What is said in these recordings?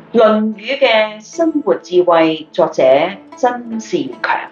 《論語》嘅生活智慧，作者曾仕強。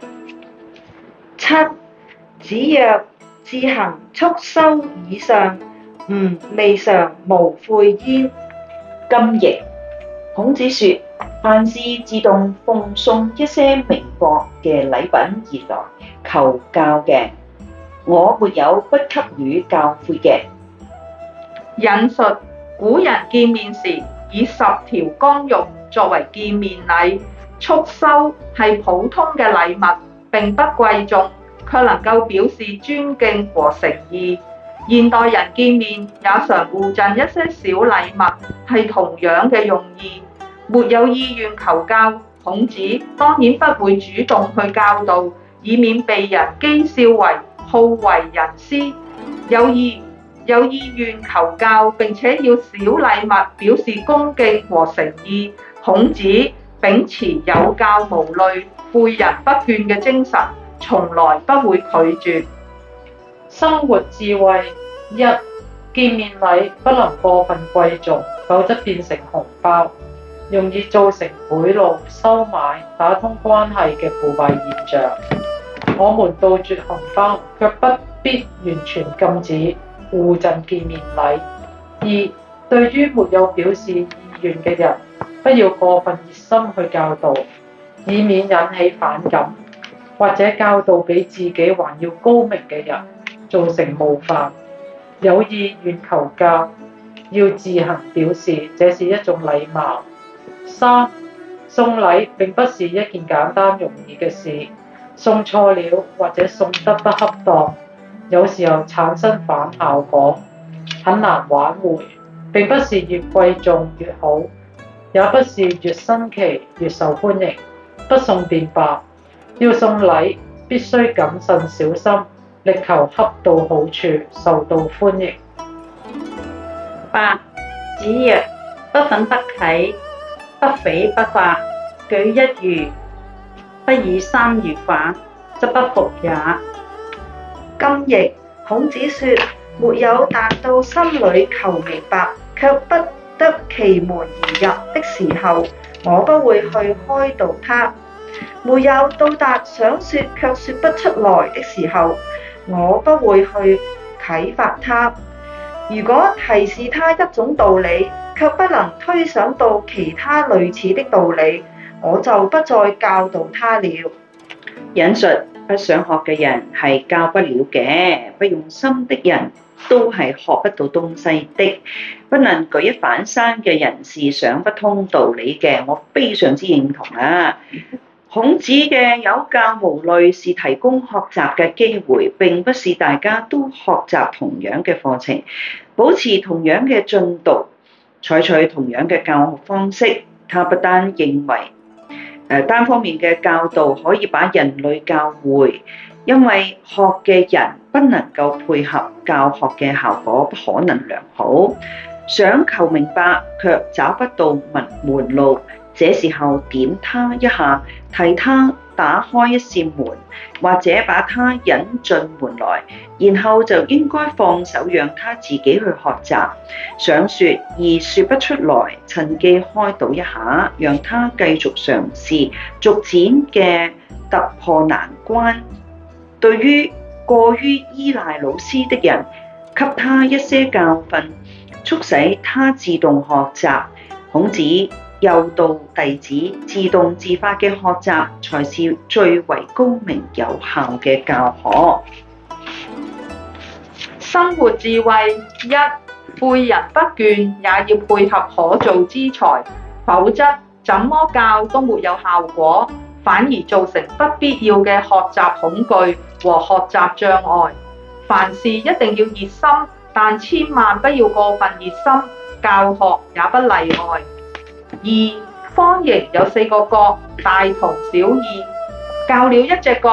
七，子曰：自行速修以上，吾未嘗無悔焉。 今譯，孔子說，凡事自動奉送一些微薄嘅禮品而來求教嘅，我沒有不給予教誨嘅。 引述古人見面時以10條乾肉作為見面禮，速修係普通嘅禮物，並不貴重，卻能夠表示尊敬和誠意。現代人見面也常互贈一些小禮物，係同樣嘅用意。沒有意願求教，孔子當然不會主動去教導，以免被人譏笑為好為人師。有意願求教並且要小禮物表示恭敬和誠意，孔子秉持有教無類、誨人不倦嘅精神，從來不會拒絕。 生活智慧一，見面禮不能過分貴重，否則變成紅包，容易造成賄賂、收買、打通關係嘅腐敗現象。我們杜絕紅包，卻不必完全禁止互贈見面禮。二，對於沒有表示意願嘅人，不要過分熱心去教導，以免引起反感，或者教導比自己還要高明嘅人，造成冒犯。有意願求教，要自行表示，這是一種禮貌。三，送禮並不是一件簡單容易嘅事，送錯了或者送得不恰當，有時候產生反效果，很難挽回。並不是越貴重越好，也不是越新奇越受歡迎。不送便罷，要送禮必須謹慎小心，力求恰到好處，受到歡迎。 八，子曰：不憤不啟，不悱不發，舉一隅，不以三隅反，則不服也。 今譯，孔子說，沒有達到心裏求明白，卻不得其門而入的時候，我不會去開導他；沒有到達想說卻說不出來的時候，我不會去啟發他。如果提示他一種道理，卻不能推想到其他類似的道理，我就不再教導他了。 引述，不想學嘅人係教不了嘅，不用心的人都係學不到東西的，不能舉一反三嘅人是想不通道理嘅，我非常之認同啊！孔子嘅有教無類是提供學習嘅機會，並不是大家都學習同樣嘅課程，保持同樣嘅進度，採取同樣嘅教學方式。他不單認為單方面嘅教導可以把人類教會，因為學嘅人不能夠配合教學嘅效果，不可能良好。想求明白卻找不到門路，這時候點他一下，替他打開一扇門，或者把他引進門來，然後就應該放手讓他自己去學習。想說而說不出來，趁機開導一下，讓他繼續嘗試，逐漸嘅突破難關。對於過於依賴老師的人，給他一些教訓，促使他自動學習。孔子誘導弟子自動自發嘅學習，才是最為高明有效嘅教學。 生活智慧一，誨人不倦也要配合可造之材，否則怎麼教都沒有效果，反而造成不必要嘅學習恐懼和學習障礙。凡事一定要熱心，但千萬不要過分熱心，教學也不例外。二，方形有4個角，大同小異。教了一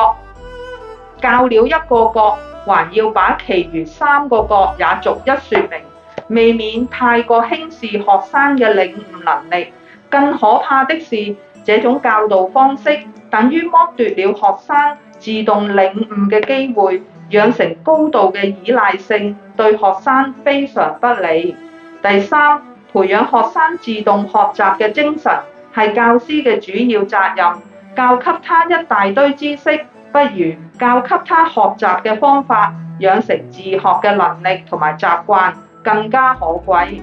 個角，還要把其餘3個角也逐一說明，未免太過輕視學生嘅領悟能力。更可怕的是，這種教導方式等於剝奪了學生自動領悟嘅機會，養成高度嘅依賴性，對學生非常不利。第三， 培養學生自動學習嘅精神係教師嘅主要責任。教給他一大堆知識，不如教給他學習嘅方法，養成自學嘅能力同埋習慣，更加可貴。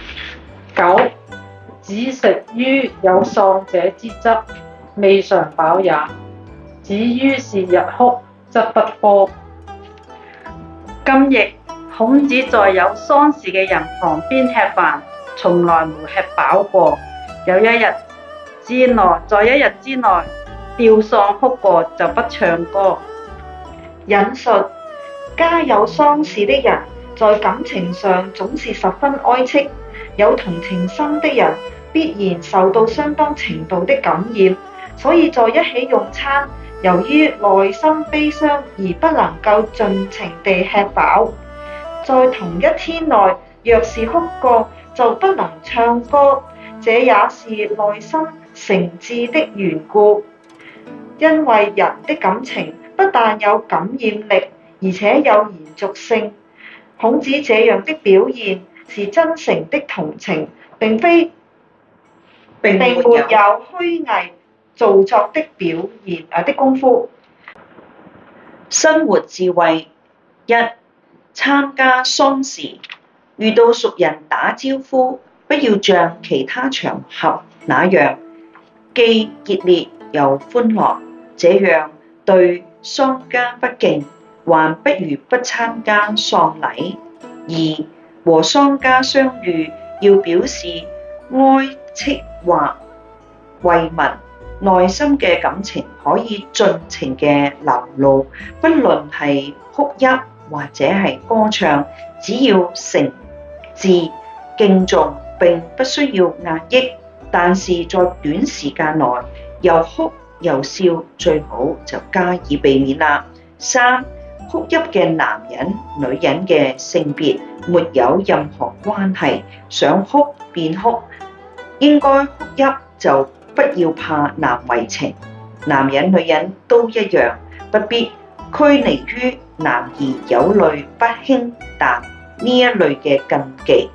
9. 子食於有喪者之側，未嘗飽也。子於是日哭，則不科。 今譯孔子在有喪事嘅人旁邊吃飯，從來沒吃飽過。在一日之內吊喪哭過，就不唱歌。 引述家有喪事的人，在感情上總是十分哀戚，有同情心的人必然受到相當程度的感染，所以在一起用餐，由於內心悲傷而不能夠盡情地吃飽。在同一天內，若是哭過，就不能唱歌，這也是內心誠摯的緣故。因為人的感情不但有感染力，而且有延續性。孔子這樣的表現是真誠的同情，並沒有虛偽造作的表現的功夫。 生活智慧一：參加喪事，遇到熟人打招呼，不要像其他場合那樣既熱烈又歡樂，這樣對喪家不敬，還不如不參加喪禮。2. 和喪家相遇，要表示哀戚或慰問，內心嘅感情可以盡情嘅流露，不論係哭泣或者係歌唱，只要誠摯敬重，並不需要壓抑，但是在短時間內又哭又笑，最好就加以避免啦。3. 哭泣嘅男人、女人嘅性別沒有任何關係，想哭便哭，應該哭泣就不要怕難為情，男人女人都一樣，不必拘泥於男兒有淚不輕彈呢一類嘅禁忌。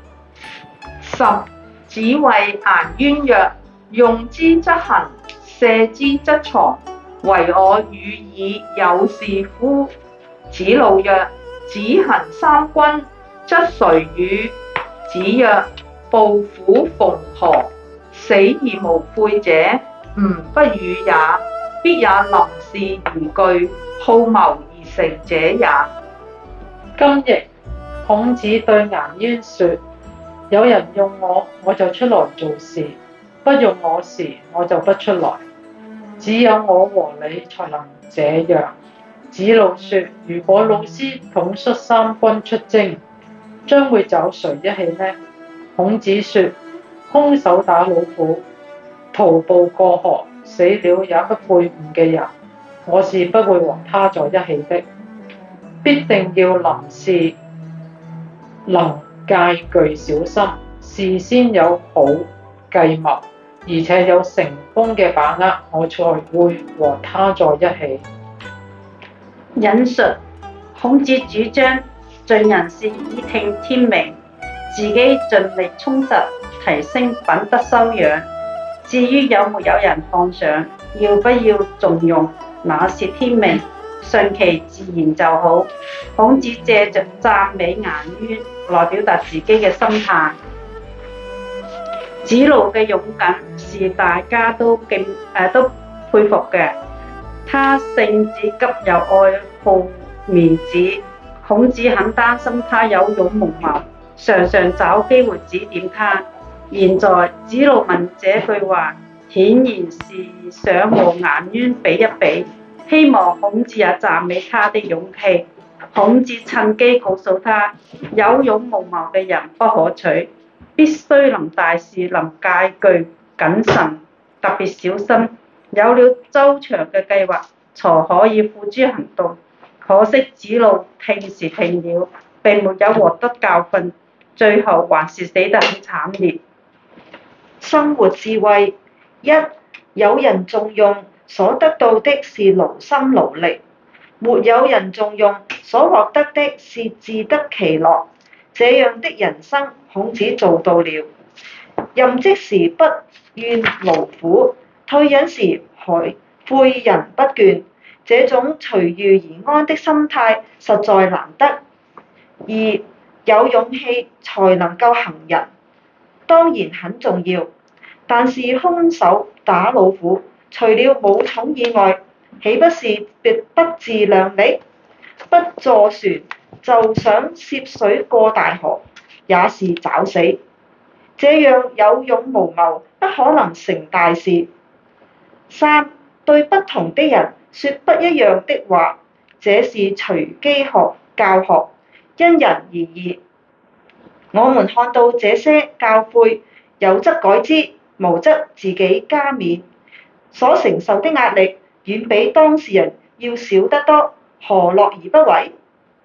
10. 子謂顏淵曰：用之則行，射之則藏，惟我與爾有是夫？子路曰：子行三軍，則誰與？子曰：暴虎馮河，死而無悔者，吾不與也。必也臨事如炬，好謀而成者也。 今譯孔子對顏淵說：有人用我，我就出來做事；不用我時，我就不出來。只有我和你才能這樣。子路說：如果老師統率三軍出征，將會找誰一起呢？孔子說：空手打老虎，徒步過河，死了也不悔悟嘅人，我是不會和他在一起的。必定要臨事能戒懼小心，事先有好計謀，而且有成功嘅把握，我才會和他在一起。 引述孔子主張盡人事以聽天命，自己盡力充實提升品德修養。至於有沒有人看上，要不要重用，那是天命，順其自然就好。孔子借着讚美顏淵來表達自己嘅心態。子路嘅勇敢是大家都佩服嘅。他性子急又愛好面子，孔子很擔心他有勇無謀，常常找機會指點他。現在子路問這句話，顯然是想和顏淵比一比，希望孔子也讚美他的勇氣。孔子趁機告訴他，有勇無謀嘅人不可取，必須能大事能戒懼謹慎，特別小心。有了周詳嘅計劃，才可以付諸行動。可惜子路聽時聽了，並沒有獲得教訓，最後還是死得很慘烈。 生活智慧一：有人重用，所得到的是勞心勞力；沒有人重用，所獲得的是自得其樂。這樣的人生，孔子做到了。 任職時不怨勞苦，退隱時悔人不倦，這種隨遇而安的心態實在難得。而有勇氣才能夠行仁，當然很重要。但是空手打老虎，除了武統以外，豈不是不自量力？不坐船就想涉水過大河，也是找死。這樣有勇無謀，不可能成大事。三，對不同的人說不一樣的話，這是隨機教學，因人而異。我們看到這些教誨，有則改之，無則自己加勉，所承受的壓力遠比當事人要少得多，何樂而不為？